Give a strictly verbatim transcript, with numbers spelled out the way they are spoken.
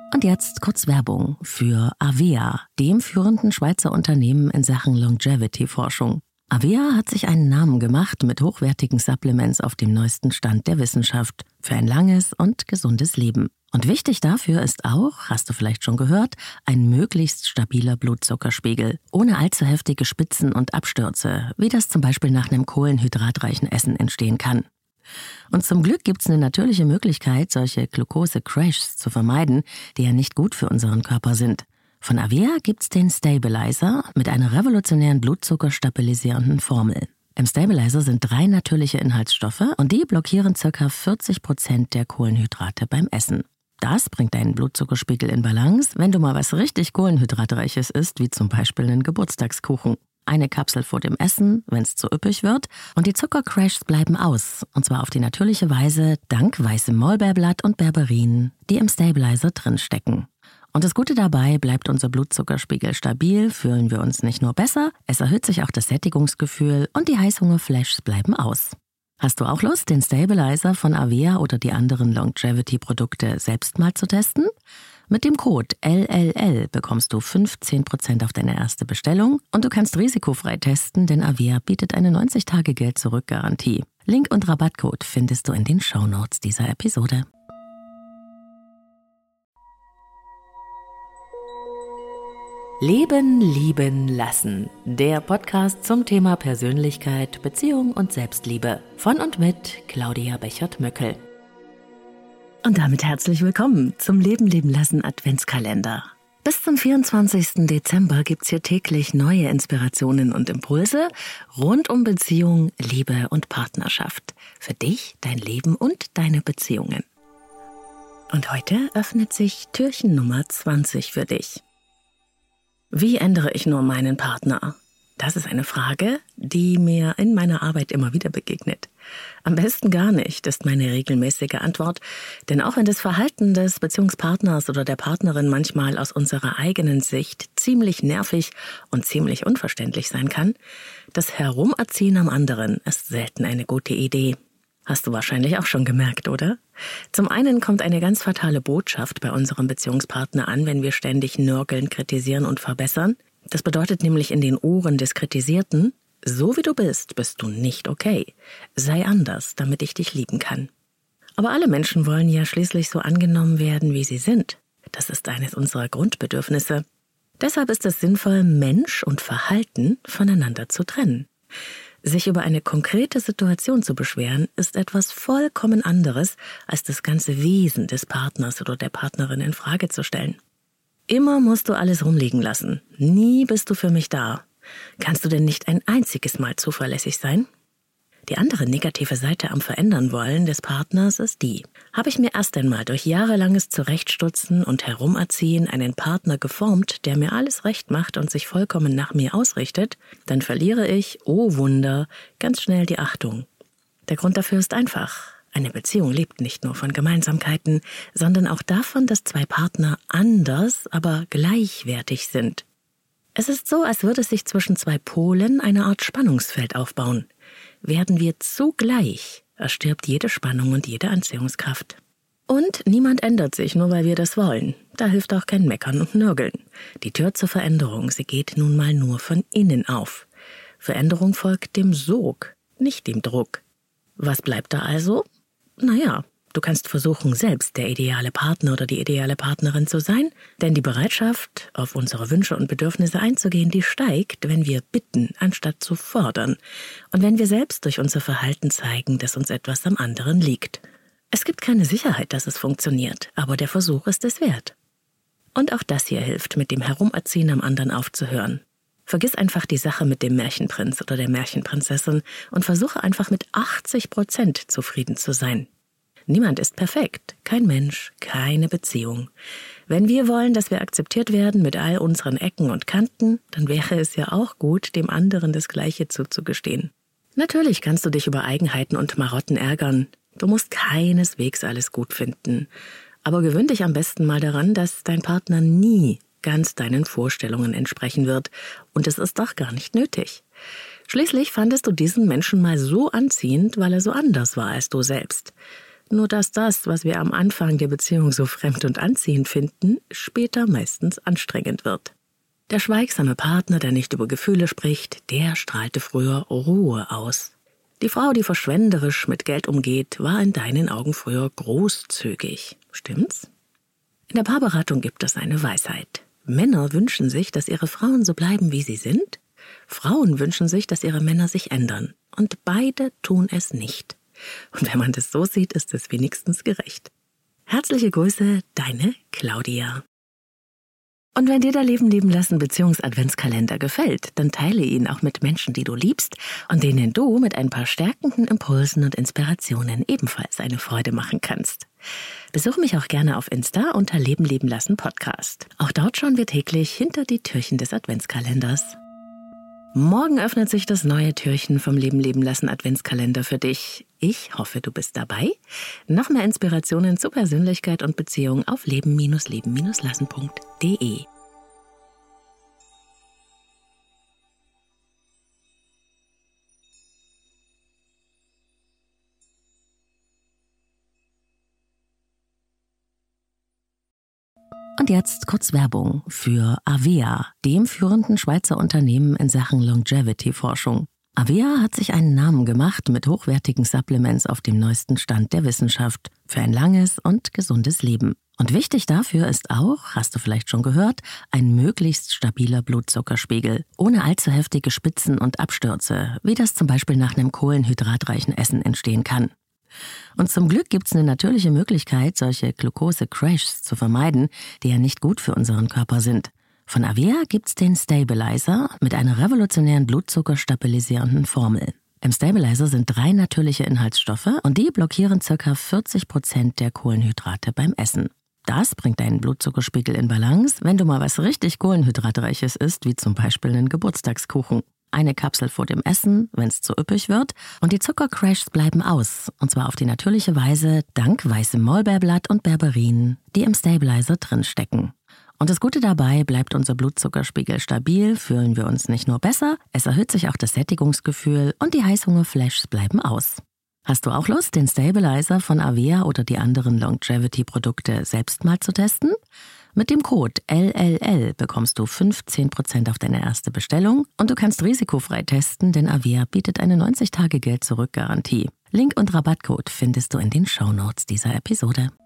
Und jetzt kurz Werbung für Avea, dem führenden Schweizer Unternehmen in Sachen Longevity-Forschung. Avea hat sich einen Namen gemacht mit hochwertigen Supplements auf dem neuesten Stand der Wissenschaft für ein langes und gesundes Leben. Und wichtig dafür ist auch, hast du vielleicht schon gehört, ein möglichst stabiler Blutzuckerspiegel, ohne allzu heftige Spitzen und Abstürze, wie das zum Beispiel nach einem kohlenhydratreichen Essen entstehen kann. Und zum Glück gibt es eine natürliche Möglichkeit, solche Glucose-Crashs zu vermeiden, die ja nicht gut für unseren Körper sind. Von Avea gibt's den Stabilizer mit einer revolutionären blutzuckerstabilisierenden Formel. Im Stabilizer sind drei natürliche Inhaltsstoffe und die blockieren ca. vierzig Prozent der Kohlenhydrate beim Essen. Das bringt deinen Blutzuckerspiegel in Balance, wenn du mal was richtig Kohlenhydratreiches isst, wie zum Beispiel einen Geburtstagskuchen. Eine Kapsel vor dem Essen, wenn es zu üppig wird, und die Zuckercrashs bleiben aus, und zwar auf die natürliche Weise dank weißem Maulbeerblatt und Berberin, die im Stabilizer drinstecken. Und das Gute dabei, bleibt unser Blutzuckerspiegel stabil, fühlen wir uns nicht nur besser, es erhöht sich auch das Sättigungsgefühl und die Heißhungerflashs bleiben aus. Hast du auch Lust, den Stabilizer von Avea oder die anderen Longevity-Produkte selbst mal zu testen? Mit dem Code L L L bekommst du fünfzehn Prozent auf deine erste Bestellung und du kannst risikofrei testen, denn Avea bietet eine neunzig-Tage-Geld-Zurück-Garantie. Link und Rabattcode findest du in den Shownotes dieser Episode. Leben, lieben, lassen. Der Podcast zum Thema Persönlichkeit, Beziehung und Selbstliebe. Von und mit Claudia Bechert-Möckel. Und damit herzlich willkommen zum Leben, leben, lassen Adventskalender. Bis zum vierundzwanzigsten Dezember gibt's hier täglich neue Inspirationen und Impulse rund um Beziehung, Liebe und Partnerschaft. Für dich, dein Leben und deine Beziehungen. Und heute öffnet sich Türchen Nummer zwanzig für dich. Wie ändere ich nur meinen Partner? Das ist eine Frage, die mir in meiner Arbeit immer wieder begegnet. Am besten gar nicht, ist meine regelmäßige Antwort. Denn auch wenn das Verhalten des Beziehungspartners oder der Partnerin manchmal aus unserer eigenen Sicht ziemlich nervig und ziemlich unverständlich sein kann, das Herumerziehen am anderen ist selten eine gute Idee. Hast du wahrscheinlich auch schon gemerkt, oder? Zum einen kommt eine ganz fatale Botschaft bei unserem Beziehungspartner an, wenn wir ständig nörgeln, kritisieren und verbessern. Das bedeutet nämlich in den Ohren des Kritisierten: So wie du bist, bist du nicht okay. Sei anders, damit ich dich lieben kann. Aber alle Menschen wollen ja schließlich so angenommen werden, wie sie sind. Das ist eines unserer Grundbedürfnisse. Deshalb ist es sinnvoll, Mensch und Verhalten voneinander zu trennen. Sich über eine konkrete Situation zu beschweren, ist etwas vollkommen anderes, als das ganze Wesen des Partners oder der Partnerin in Frage zu stellen. Immer musst du alles rumliegen lassen. Nie bist du für mich da. Kannst du denn nicht ein einziges Mal zuverlässig sein? Die andere negative Seite am Verändern wollen des Partners ist die: Habe ich mir erst einmal durch jahrelanges Zurechtstutzen und Herumerziehen einen Partner geformt, der mir alles recht macht und sich vollkommen nach mir ausrichtet, dann verliere ich, oh Wunder, ganz schnell die Achtung. Der Grund dafür ist einfach: Eine Beziehung lebt nicht nur von Gemeinsamkeiten, sondern auch davon, dass zwei Partner anders, aber gleichwertig sind. Es ist so, als würde sich zwischen zwei Polen eine Art Spannungsfeld aufbauen. Werden wir zu gleich, erstirbt jede Spannung und jede Anziehungskraft. Und niemand ändert sich, nur weil wir das wollen. Da hilft auch kein Meckern und Nörgeln. Die Tür zur Veränderung, sie geht nun mal nur von innen auf. Veränderung folgt dem Sog, nicht dem Druck. Was bleibt da also? Naja, du kannst versuchen, selbst der ideale Partner oder die ideale Partnerin zu sein, denn die Bereitschaft, auf unsere Wünsche und Bedürfnisse einzugehen, die steigt, wenn wir bitten, anstatt zu fordern, und wenn wir selbst durch unser Verhalten zeigen, dass uns etwas am anderen liegt. Es gibt keine Sicherheit, dass es funktioniert, aber der Versuch ist es wert. Und auch das hier hilft, mit dem Herumerziehen am anderen aufzuhören. Vergiss einfach die Sache mit dem Märchenprinz oder der Märchenprinzessin und versuche einfach mit achtzig Prozent zufrieden zu sein. Niemand ist perfekt, kein Mensch, keine Beziehung. Wenn wir wollen, dass wir akzeptiert werden mit all unseren Ecken und Kanten, dann wäre es ja auch gut, dem anderen das Gleiche zuzugestehen. Natürlich kannst du dich über Eigenheiten und Marotten ärgern. Du musst keineswegs alles gut finden. Aber gewöhn dich am besten mal daran, dass dein Partner nie ganz deinen Vorstellungen entsprechen wird. Und es ist doch gar nicht nötig. Schließlich fandest du diesen Menschen mal so anziehend, weil er so anders war als du selbst. nur dass das, was wir am Anfang der Beziehung so fremd und anziehend finden, später meistens anstrengend wird. Der schweigsame Partner, der nicht über Gefühle spricht, der strahlte früher Ruhe aus. Die Frau, die verschwenderisch mit Geld umgeht, war in deinen Augen früher großzügig. Stimmt's? In der Paarberatung gibt es eine Weisheit. Männer wünschen sich, dass ihre Frauen so bleiben, wie sie sind. Frauen wünschen sich, dass ihre Männer sich ändern. Und beide tun es nicht. Und wenn man das so sieht, ist es wenigstens gerecht. Herzliche Grüße, deine Claudia. Und wenn dir der Leben leben lassen Beziehungs-Adventskalender gefällt, dann teile ihn auch mit Menschen, die du liebst und denen du mit ein paar stärkenden Impulsen und Inspirationen ebenfalls eine Freude machen kannst. Besuche mich auch gerne auf Insta unter Leben leben lassen Podcast. Auch dort schauen wir täglich hinter die Türchen des Adventskalenders. Morgen öffnet sich das neue Türchen vom Leben leben lassen Adventskalender für dich. Ich hoffe, du bist dabei. Noch mehr Inspirationen zu Persönlichkeit und Beziehung auf leben leben lassen punkt de. Und jetzt kurz Werbung für Avea, dem führenden Schweizer Unternehmen in Sachen Longevity-Forschung. Avea hat sich einen Namen gemacht mit hochwertigen Supplements auf dem neuesten Stand der Wissenschaft für ein langes und gesundes Leben. Und wichtig dafür ist auch, hast du vielleicht schon gehört, ein möglichst stabiler Blutzuckerspiegel, ohne allzu heftige Spitzen und Abstürze, wie das zum Beispiel nach einem kohlenhydratreichen Essen entstehen kann. Und zum Glück gibt es eine natürliche Möglichkeit, solche Glucose-Crashs zu vermeiden, die ja nicht gut für unseren Körper sind. Von Avea gibt's den Stabilizer mit einer revolutionären blutzuckerstabilisierenden Formel. Im Stabilizer sind drei natürliche Inhaltsstoffe und die blockieren ca. vierzig Prozent der Kohlenhydrate beim Essen. Das bringt deinen Blutzuckerspiegel in Balance, wenn du mal was richtig Kohlenhydratreiches isst, wie zum Beispiel einen Geburtstagskuchen. Eine Kapsel vor dem Essen, wenn es zu üppig wird, und die Zuckercrashs bleiben aus, und zwar auf die natürliche Weise dank weißem Maulbeerblatt und Berberin, die im Stabilizer drinstecken. Und das Gute dabei, bleibt unser Blutzuckerspiegel stabil, fühlen wir uns nicht nur besser, es erhöht sich auch das Sättigungsgefühl und die Heißhungerflashs bleiben aus. Hast du auch Lust, den Stabilizer von Avea oder die anderen Longevity-Produkte selbst mal zu testen? Mit dem Code L L L bekommst du fünfzehn Prozent auf deine erste Bestellung und du kannst risikofrei testen, denn Avea bietet eine neunzig Tage Geld-Zurück-Garantie. Link und Rabattcode findest du in den Shownotes dieser Episode.